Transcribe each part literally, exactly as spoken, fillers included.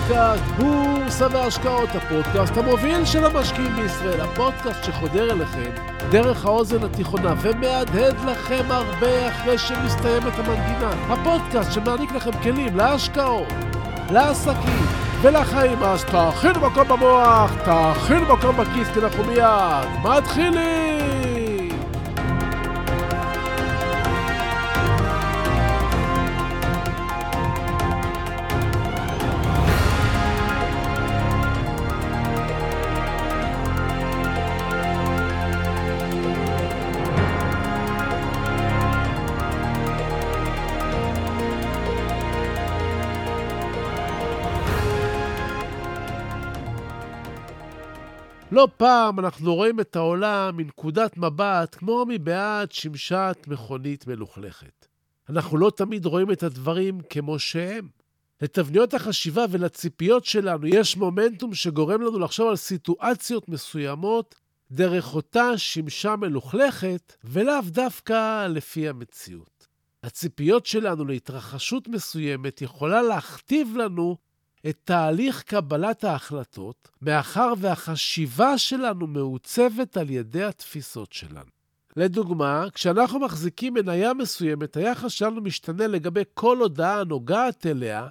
לפודקאסט בורסה והשקעות, הפודקאסט המוביל של המשקיעים בישראל, הפודקאסט שחודר אליכם דרך האוזן התיכונה ומהדהד לכם הרבה אחרי שמסתיימת המנגינה, הפודקאסט שמעניק לכם כלים להשקעות, לעסקים ולחיים. אז תאכינו מקום במוח, תאכינו מקום בכיס, כי אנחנו מיד מתחילים. לא פעם אנחנו רואים את העולם מנקודת מבט כמו מבעד שמשת מכונית מלוכלכת. אנחנו לא תמיד רואים את הדברים כמו שהם. לתבניות החשיבה ולציפיות שלנו יש מומנטום שגורם לנו לחשוב על סיטואציות מסוימות דרך אותה שמשה מלוכלכת ולאו דווקא לפי המציאות. הציפיות שלנו להתרחשות מסוימת יכולה להכתיב לנו את תהליך קבלת ההחלטות, מאחר והחשיבה שלנו מעוצבת על ידי התפיסות שלנו. לדוגמה, כשאנחנו מחזיקים מניה מסוימת, היחס שלנו משתנה לגבי כל הודעה הנוגעת אליה,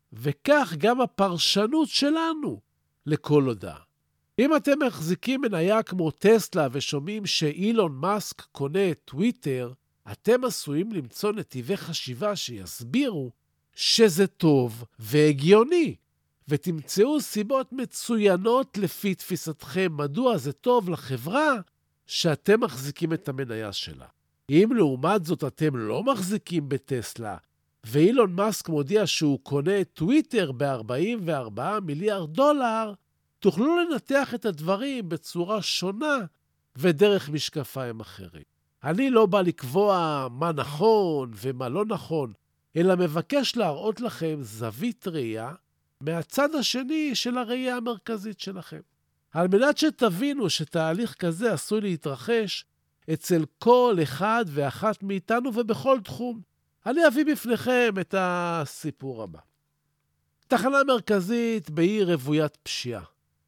וכך גם הפרשנות שלנו לכל הודעה. אם אתם מחזיקים מניה כמו טסלה ושומעים שאילון מאסק קונה את טוויטר, אתם עשויים למצוא נתיבי חשיבה שיסבירו שזה טוב והגיוני. ותמצאו סיבות מצוינות לפי תפיסתכם מדוע זה טוב לחברה שאתם מחזיקים את המניה שלה. אם לעומת זאת אתם לא מחזיקים בטסלה, ואילון מאסק מודיע שהוא קונה את טוויטר ב-ארבעים וארבעה מיליארד דולר, תוכלו לנתח את הדברים בצורה שונה ודרך משקפיים אחרים. אני לא בא לקבוע מה נכון ומה לא נכון, אלא מבקש להראות לכם זווית ראייה מהצד השני של הראייה המרכזית שלכם. על מנת שתבינו שתהליך כזה עשוי להתרחש אצל כל אחד ואחת מאיתנו ובכל תחום. אני אביא בפניכם את הסיפור הבא. תחנה מרכזית בעיר רוויית פשיעה.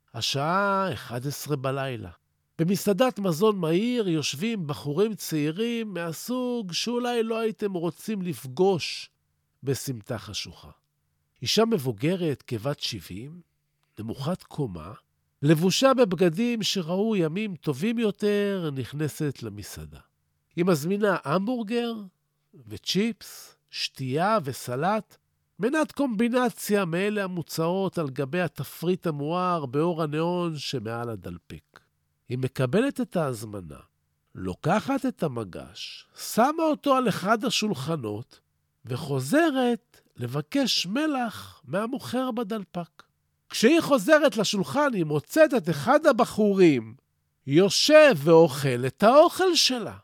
השעה אחת עשרה בלילה. במסעדת מזון מהיר יושבים בחורים צעירים מהסוג שאולי לא הייתם רוצים לפגוש בסמטה חשוכה. אישה מבוגרת כבת שבעים, נמוכת קומה, לבושה בבגדים שראו ימים טובים יותר, נכנסת למסעדה. היא מזמינה המבורגר וצ'יפס, שתייה וסלט, מנת קומבינציה מאלה המוצעות על גבי התפריט המואר באור הניאון שמעל הדלפק. היא מקבלת את ההזמנה, לוקחת את המגש, שמה אותו על אחד השולחנות וחוזרת לבקש מלח מהמוכר בדלפק. כשהיא חוזרת לשולחן, היא מוצאת את אחד הבחורים יושב ואוכל את האוכל שלה.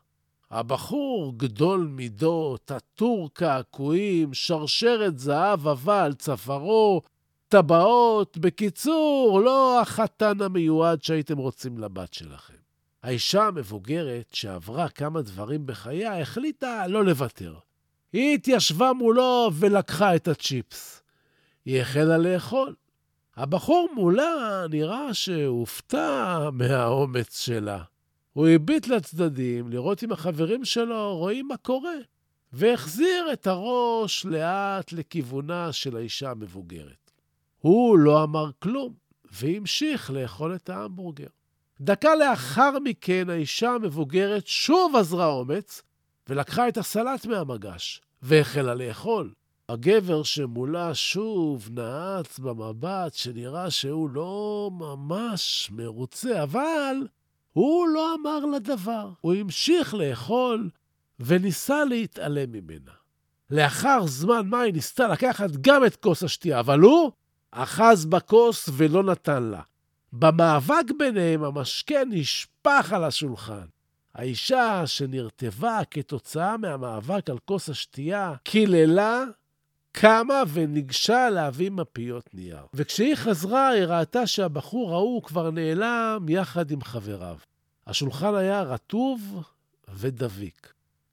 הבחור גדול מידות, עטור קעקועים, שרשרת זהב אבל צווארו, טבעות, בקיצור, לא החתן המיועד שהייתם רוצים לבת שלכם. האישה המבוגרת שעברה כמה דברים בחייה החליטה לא לוותר. היא התיישבה מולו ולקחה את הצ'יפס. היא החלה לאכול. הבחור מולה נראה שהופתע מהאומץ שלה. הוא הביט לצדדים לראות אם החברים שלו רואים מה קורה, והחזיר את הראש לאט לכיוונה של האישה המבוגרת. הוא לא אמר כלום, והמשיך לאכול את ההמבורגר. דקה לאחר מכן האישה המבוגרת שוב עזרה אומץ, ולקחה את הסלט מהמגש, והחלה לאכול. הגבר שמולה שוב נעץ במבט שנראה שהוא לא ממש מרוצה, אבל הוא לא אמר לדבר. הוא המשיך לאכול וניסה להתעלם ממנה. לאחר זמן מה היא ניסתה לקחת גם את כוס השתייה, אבל הוא אחז בכוס ולא נתן לה. במאבק ביניהם המשקה נשפך על השולחן. האישה שנרטבה כתוצאה מהמאבק על כוס השתייה קיללה, קמה וניגשה להביא מפיות נייר. וכשהיא חזרה היא ראתה שהבחור ההוא כבר נעלם יחד עם חבריו. השולחן היה רטוב ודביק.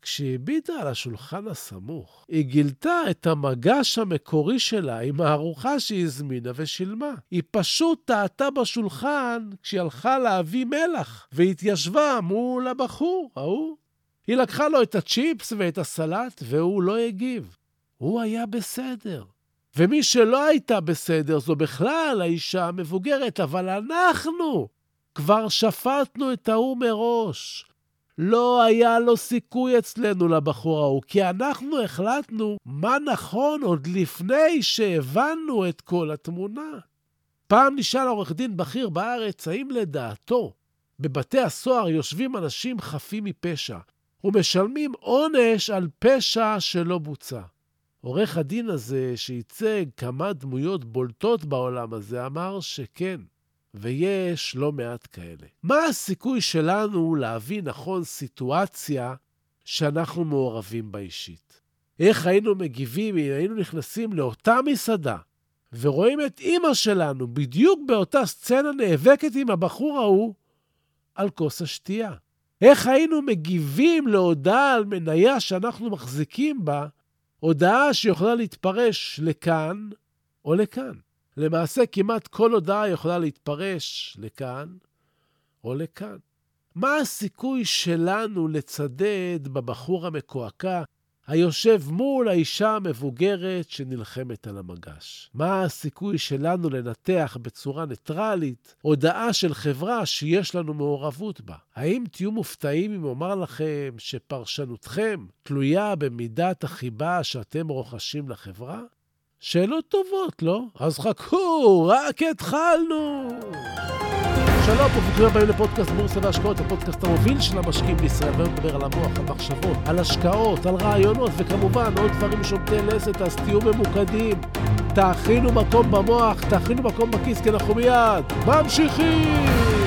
כשהיא הביטה על השולחן הסמוך, היא גילתה את המגש המקורי שלה עם הארוחה שהיא הזמינה ושילמה. היא פשוט טעתה בשולחן כשהיא הלכה להביא מלח, והתיישבה מול הבחור, ההוא. היא לקחה לו את הצ'יפס ואת הסלט, והוא לא הגיב. הוא היה בסדר. ומי שלא הייתה בסדר זו בכלל האישה המבוגרת, אבל אנחנו כבר שפטנו את ההוא מראש. לא היה לו סיכוי אצלנו לבחור ההוא, כי אנחנו החלטנו מה נכון עוד לפני שהבנו את כל התמונה. פעם נשאל עורך דין בכיר בארץ, האם לדעתו בבתי הסוהר יושבים אנשים חפים מפשע, ומשלמים עונש על פשע שלא בוצע. עורך הדין הזה שייצג כמה דמויות בולטות בעולם הזה אמר שכן, ויש לא מעט כאלה. מה הסיכוי שלנו להבין נכון סיטואציה שאנחנו מעורבים בה אישית? איך היינו מגיבים אם היינו נכנסים לאותה מסעדה ורואים את אמא שלנו בדיוק באותה סצנה נאבקת עם הבחור ההוא על כוס השתייה? איך היינו מגיבים להודעה על מניה שאנחנו מחזיקים בה, הודעה שיכולה להתפרש לכאן או לכאן? למעשה כמעט כל הודעה יכולה להתפרש לכאן או לכאן. מה הסיכוי שלנו לצדד בבחור המקועקע היושב מול האישה המבוגרת שנלחמת על המגש? מה הסיכוי שלנו לנתח בצורה ניטרלית הודעה של חברה שיש לנו מעורבות בה? האם תהיו מופתעים אם אומר לכם שפרשנותכם תלויה במידת החיבה שאתם רוכשים לחברה? שאלות טובות, לא? אז חכו, רק התחלנו! שלום, וברוכים הבאים לפודקאסט בורסה והשקעות, הפודקאסט המוביל של המשקיעים בישראל. והיום נדבר על המוח, על מחשבות, על השקעות, על רעיונות, וכמובן עוד דברים שומטי לסת, אז תהיו ממוקדים. תאכינו מקום במוח, תאכינו מקום בכיס, כי אנחנו מיד ממשיכים!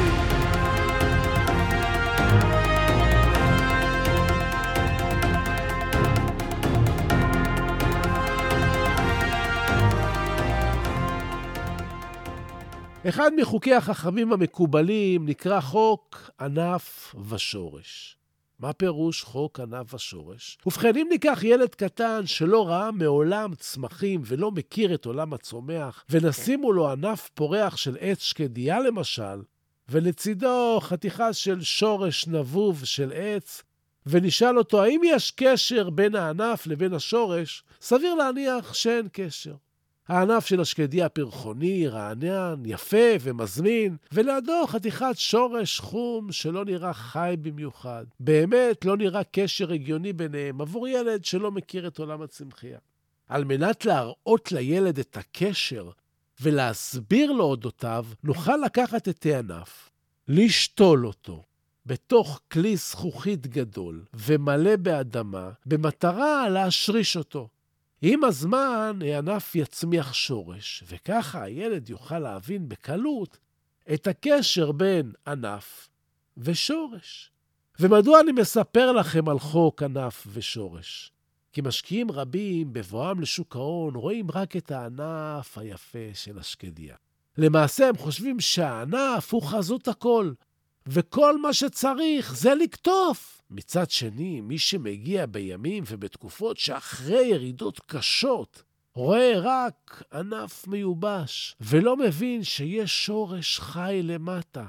אחד מחוקי החכמים המקובלים נקרא חוק ענף ושורש. מה פירוש חוק ענף ושורש? ובכן, אם ניקח ילד קטן שלא ראה מעולם צמחים ולא מכיר את עולם הצומח, ונשימו לו ענף פורח של עץ שקדיה למשל, ולצידו חתיכה של שורש נבוב של עץ, ונשאל אותו האם יש קשר בין הענף לבין השורש, סביר להניח שאין קשר. הענף של השקדיה פרחוני, רענן, יפה ומזמין, ולידו חתיכת שורש חום שלא נראה חי במיוחד. באמת לא נראה קשר הגיוני ביניהם עבור ילד שלא מכיר את עולם הצמחייה. על מנת להראות לילד את הקשר ולהסביר לו אודותיו, נוכל לקחת את הענף, לשתול אותו בתוך כלי זכוכית גדול ומלא באדמה, במטרה להשריש אותו. עם הזמן הענף יצמיח שורש, וככה הילד יוכל להבין בקלות את הקשר בין ענף ושורש. ומדוע אני מספר לכם על חוק ענף ושורש? כי משקיעים רבים בבואם לשוק ההון רואים רק את הענף היפה של השקדיה. למעשה הם חושבים שהענף הוא חזות הכל, וכל מה שצריך זה לקטוף. מצד שני, מי שמגיע בימים ובתקופות שאחרי ירידות קשות, רואה רק ענף מיובש, ולא מבין שיש שורש חי למטה,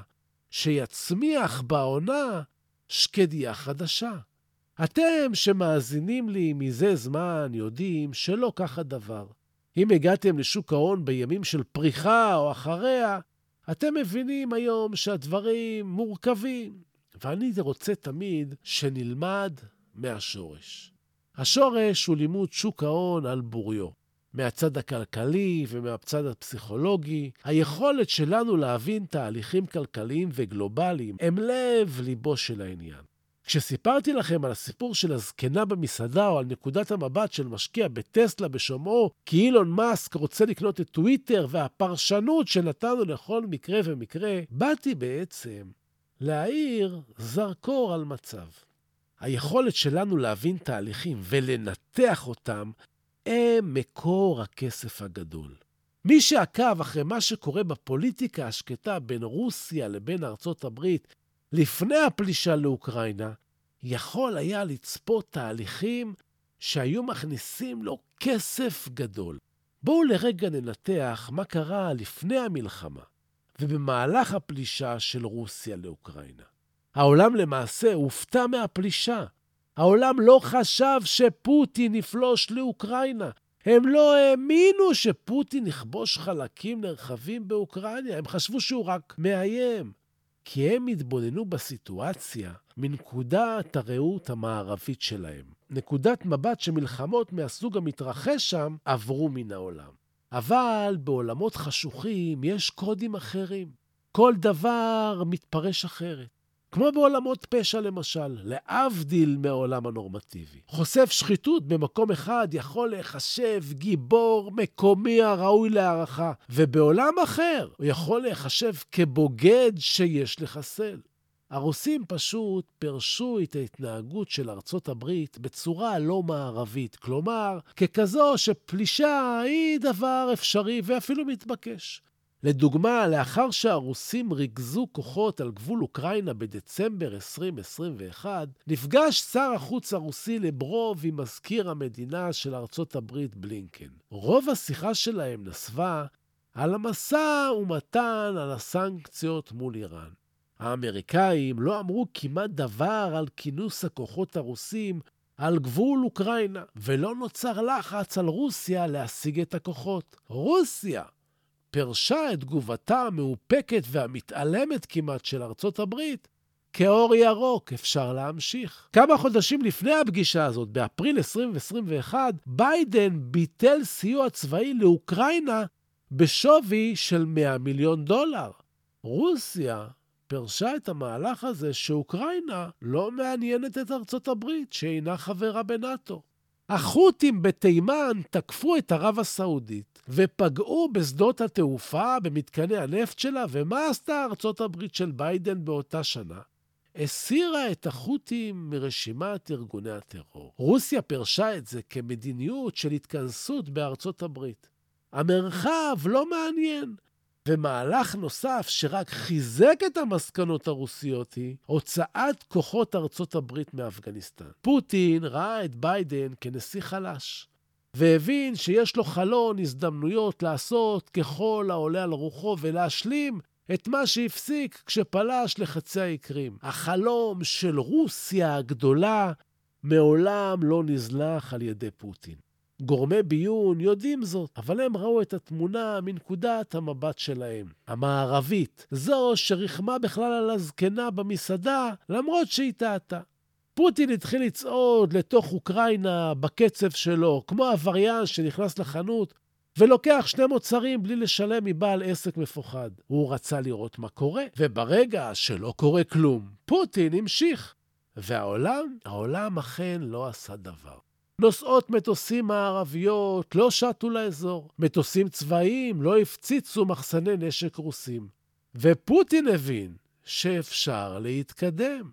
שיצמיח בעונה שקדיה חדשה. אתם שמאזינים לי מזה זמן יודעים שלא כך הדבר. אם הגעתם לשוק ההון בימים של פריחה או אחריה, אתם מבינים היום שהדברים מורכבים. ואני רוצה תמיד שנלמד מהשורש. השורש הוא לימוד שוק ההון על בוריו. מהצד הכלכלי ומהצד הפסיכולוגי, היכולת שלנו להבין תהליכים כלכליים וגלובליים הם לב ליבו של העניין. כשסיפרתי לכם על הסיפור של הזקנה במסעדה או על נקודת המבט של משקיע בטסלה בשומעו, כי אילון מאסק רוצה לקנות את טוויטר והפרשנות שנתנו לכל מקרה ומקרה, באתי בעצם להאיר זרקור על מצב. היכולת שלנו להבין תהליכים ולנתח אותם הם מקור הכסף הגדול. מי שעקב אחרי מה שקורה בפוליטיקה השקטה בין רוסיה לבין ארצות הברית לפני הפלישה לאוקראינה, יכול היה לצפות תהליכים שהיו מכניסים לו כסף גדול. בואו לרגע ננתח מה קרה לפני המלחמה ובמהלך הפלישה של רוסיה לאוקראינה. העולם למעשה הופתע מהפלישה. העולם לא חשב שפוטין יפלוש לאוקראינה. הם לא האמינו שפוטין יכבוש חלקים נרחבים באוקראינה. הם חשבו שהוא רק מאיים. כי הם התבוננו בסיטואציה מנקודת הראות המערבית שלהם. נקודת מבט שמלחמות מהסוג המתרחש שם עברו מן העולם. אבל בעולמות חשוכים יש קודים אחרים. כל דבר מתפרש אחרת. כמו בעולמות פשע למשל, להבדיל מהעולם הנורמטיבי. חושף שחיתות במקום אחד יכול להיחשב גיבור מקומי הראוי להערכה, ובעולם אחר הוא יכול להיחשב כבוגד שיש לחסל. הרוסים פשוט פרשו את ההתנהגות של ארצות הברית בצורה לא מערבית, כלומר, ככזו שפלישה היא דבר אפשרי ואפילו מתבקש. לדוגמה, לאחר שהרוסים ריכזו כוחות על גבול אוקראינה בדצמבר עשרים עשרים ואחת, נפגש שר החוץ הרוסי לברוב עם מזכיר המדינה של ארצות הברית בלינקן. רוב השיחה שלהם נסבה על המשא ומתן על הסנקציות מול איראן. האמריקאים לא אמרו כמעט דבר על כינוס הכוחות הרוסים על גבול אוקראינה, ולא נוצר לחץ על רוסיה להשיג את הכוחות. רוסיה פרשה את תגובתה המאופקת והמתעלמת כמעט של ארצות הברית כאור ירוק. אפשר להמשיך. כמה חודשים לפני הפגישה הזאת, באפריל עשרים עשרים ואחת, ביידן ביטל סיוע צבאי לאוקראינה בשווי של מאה מיליון דולר. רוסיה פרשה את המהלך הזה שאוקראינה לא מעניינת את ארצות הברית, שאינה חברה בנאטו. החות'ים בתימן תקפו את ערב הסעודית ופגעו בשדות התעופה במתקני הנפט שלה, ומה עשתה ארצות הברית של ביידן באותה שנה? הסירה את החות'ים מרשימת ארגוני הטרור. רוסיה פרשה את זה כמדיניות של התכנסות בארצות הברית. המרחב לא מעניין. ומהלך נוסף שרק חיזק את המסקנות הרוסיות היא הוצאת כוחות ארצות הברית מאפגניסטן. פוטין ראה את ביידן כנשיא חלש, והבין שיש לו חלון הזדמנויות לעשות ככל העולה על רוחו ולהשלים את מה שהפסיק כשפלש לחצי האי קרים. החלום של רוסיה הגדולה מעולם לא נזלח על ידי פוטין. גורמי ביון יודעים זאת, אבל הם ראו את התמונה מנקודת המבט שלהם, המערבית, זו שרחמה בכלל על הזקנה במסעדה, למרות שהיא טעתה. פוטין התחיל לצעוד לתוך אוקראינה בקצב שלו, כמו עבריין שנכנס לחנות ולוקח שני מוצרים בלי לשלם מבעל עסק מפוחד. הוא רצה לראות מה קורה, וברגע שלא קורה כלום, פוטין המשיך. והעולם, העולם אכן לא עשה דבר. נוסעות מטוסים מערביות לא שטו לאזור. מטוסים צבאיים לא הפציצו מחסני נשק רוסים. ופוטין הבין שאפשר להתקדם.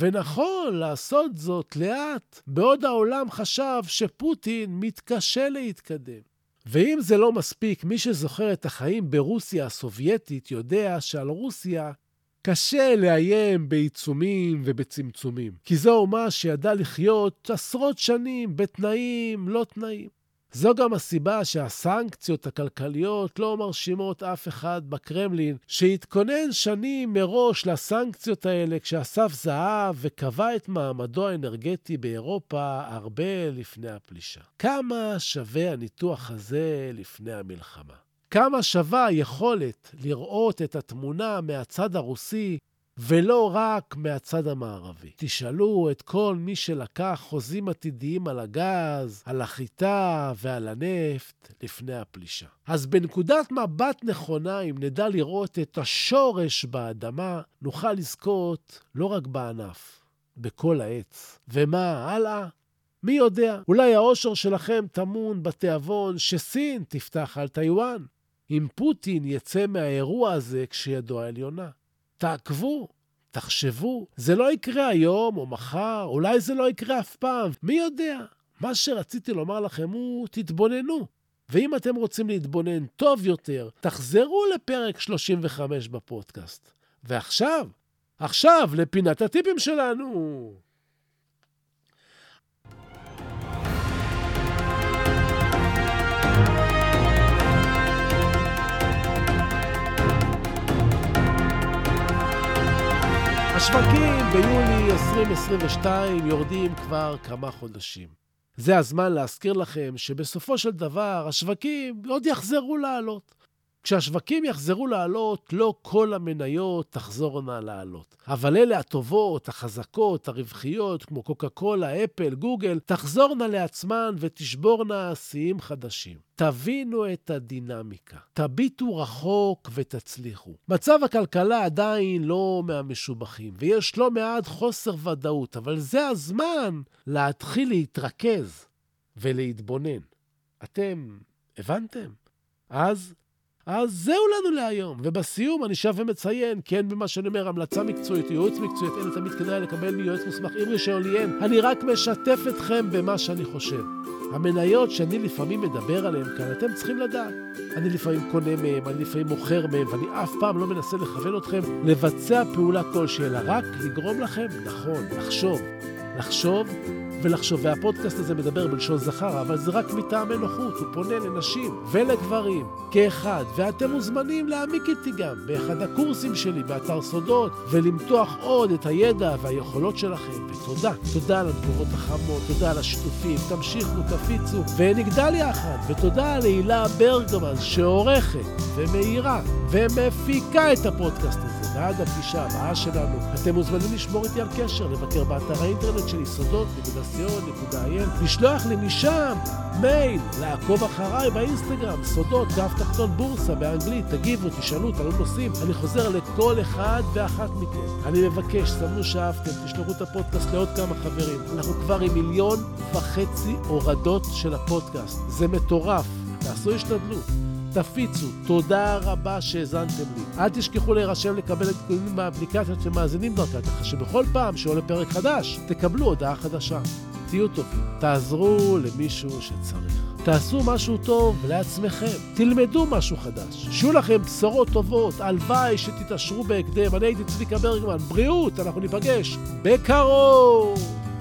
ונכון לעשות זאת לאט, בעוד העולם חשב שפוטין מתקשה להתקדם. ואם זה לא מספיק, מי שזוכר את החיים ברוסיה הסובייטית יודע שעל רוסיה קשה לאיים בעיצומים ובצמצומים. כי זו אומה שידעה לחיות עשרות שנים בתנאים לא תנאים. זו גם הסיבה שהסנקציות הכלכליות לא מרשימות אף אחד בקרמלין, שהתכונן שנים מראש לסנקציות האלה כשאסף זהב וקבע את מעמדו האנרגטי באירופה הרבה לפני הפלישה. כמה שווה הניתוח הזה לפני המלחמה? כמה שווה היכולת לראות את התמונה מהצד הרוסי ולא רק מהצד המערבי? תשאלו את כל מי שלקח חוזים עתידיים על הגז, על החיטה ועל הנפט לפני הפלישה. אז בנקודת מבט נכונה, אם נדע לראות את השורש באדמה, נוכל לזכות לא רק בענף, בכל העץ. ומה הלאה? מי יודע? אולי האושר שלכם טמון בתיאבון שסין תפתח על טיואן. אם פוטין יצא מהאירוע הזה כשידו העליונה. תעקבו, תחשבו, זה לא יקרה היום או מחר, אולי זה לא יקרה אף פעם, מי יודע? מה שרציתי לומר לכם הוא, תתבוננו. ואם אתם רוצים להתבונן טוב יותר, תחזרו לפרק שלושים וחמש בפודקאסט. ועכשיו, עכשיו לפינת הטיפים שלנו. השווקים ביולי עשרים עשרים ושתיים יורדים כבר כמה חודשים. זה הזמן להזכיר לכם שבסופו של דבר השווקים עוד יחזרו לעלות. כשהשווקים יחזרו לעלות, לא כל המניות תחזורנה לעלות. אבל אלה הטובות, החזקות, הרווחיות, כמו קוקה קולה, אפל, גוגל, תחזורנה לעצמן ותשבורנה שיאים חדשים. תבינו את הדינמיקה. תביטו רחוק ותצליחו. מצב הכלכלה עדיין לא מהמשובחים, ויש לא מעט חוסר ודאות, אבל זה הזמן להתחיל להתרכז ולהתבונן. אתם הבנתם? אז... אז זהו לנו להיום, ובסיום אני שב ומציין, כן במה שאני אומר, המלצה מקצועית, ייעוץ מקצועית, אין תמיד כדאי לקבל מיועץ מוסמך עם רישיון ליאן. אני רק משתף אתכם במה שאני חושב. המניות שאני לפעמים מדבר עליהן כאן, אתם צריכים לדעת. אני לפעמים קונה מהם, אני לפעמים מוכר מהם, ואני אף פעם לא מנסה לכוון אתכם לבצע פעולה כלשהי, אלא רק לגרום לכם, נכון, לחשוב, לחשוב ולחשוב. והפודקאסט הזה מדבר בלשון זכר, אבל זה רק מטעמי נוחות, הוא פונה לנשים ולגברים כאחד, ואתם מוזמנים להעמיק איתי גם באחד הקורסים שלי באתר סודות, ולמתוח עוד את הידע והיכולות שלכם. ותודה, תודה על התגובות החמות, תודה על השיתופים, תמשיכו, תפיצו, ונגדל יחד. ותודה להילה ברגמן שעורכת ומאירה ומפיקה את הפודקאסט הזה. ועד הפגישה הבאה שלנו, אתם מוזמנים לשמור איתי על קשר, לבקר באתר האינטרנט שלי סודות נקודה סי או נקודה איי אל, לשלוח לי משם מייל, לעקוב אחריי באינסטגרם, סודות, כף תחתון בורסה באנגלית, תגיבו, תשאלו, תעלו נושאים, אני חוזר לכל אחד ואחת מכם. אני מבקש, סמנו שאהבתם, תשלחו את הפודקאסט לעוד כמה חברים. אנחנו כבר עם מיליון וחצי הורדות של הפודקאסט. זה מטורף, תעשו השתדלות. תפיצו, תודה רבה שהזנתם לי. אל תשכחו להירשם לקבל עדכונים באפליקציות שמאזינים דרכה, ככה שבכל פעם שעולה פרק חדש, תקבלו הודעה חדשה. תהיו טובים, תעזרו למישהו שצריך. תעשו משהו טוב לעצמכם, תלמדו משהו חדש. שיהיו לכם בשורות טובות, הלוואי שתתעשרו בהקדם. אני הייתי צביקה ברגמן, בריאות, אנחנו ניפגש בקרוב.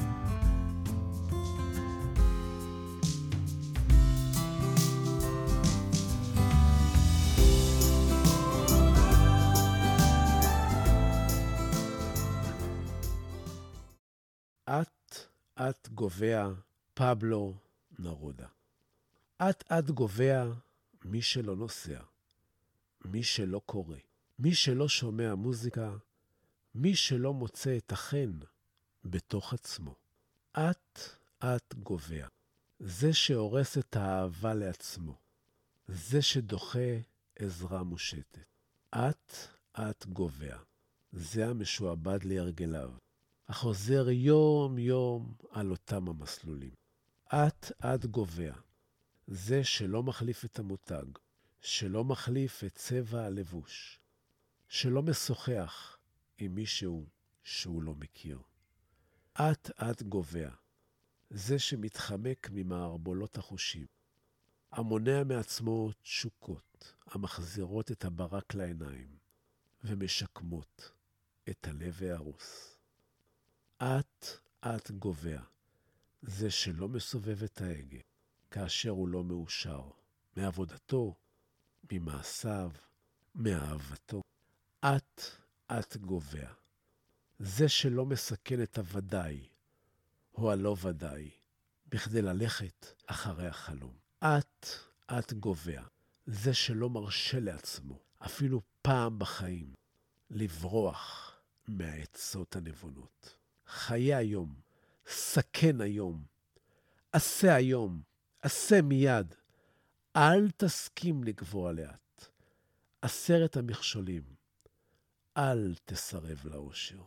את, את גובע, פבלו נרודה. את, את גובע, מי שלא נוסע, מי שלא קורא, מי שלא שומע מוזיקה, מי שלא מוצא את החן בתוך עצמו. את, את גובע, זה שהורס את האהבה לעצמו, זה שדוחה עזרה מושטת. את, את גובע, זה המשועבד להרגליו, החוזר יום יום על אותם המסלולים. את, את גובע, זה שלא מחליף את המותג, שלא מחליף את צבע הלבוש, שלא משוחח עם מישהו שהוא לא מכיר. את, את גובע, זה שמתחמק ממערבולות החושים, המונע מעצמו תשוקות, המחזירות את הברק לעיניים, ומשקמות את הלב ההרוס. את, את גובע, זה שלא מסובב את ההגה, כאשר הוא לא מאושר, מעבודתו, ממעשיו, מאהבתו. את, את גובע, זה שלא מסכן את הוודאי, או הלא ודאי, בכדי ללכת אחרי החלום. את, את גובע, זה שלא מרשה לעצמו, אפילו פעם בחיים, לברוח מהעצות הנבונות. חיה היום, סכן היום, עשה היום, עשה מיד, אל תסכים לגבוה לאט. עשרת המכשולים, אל תסרב לאושר.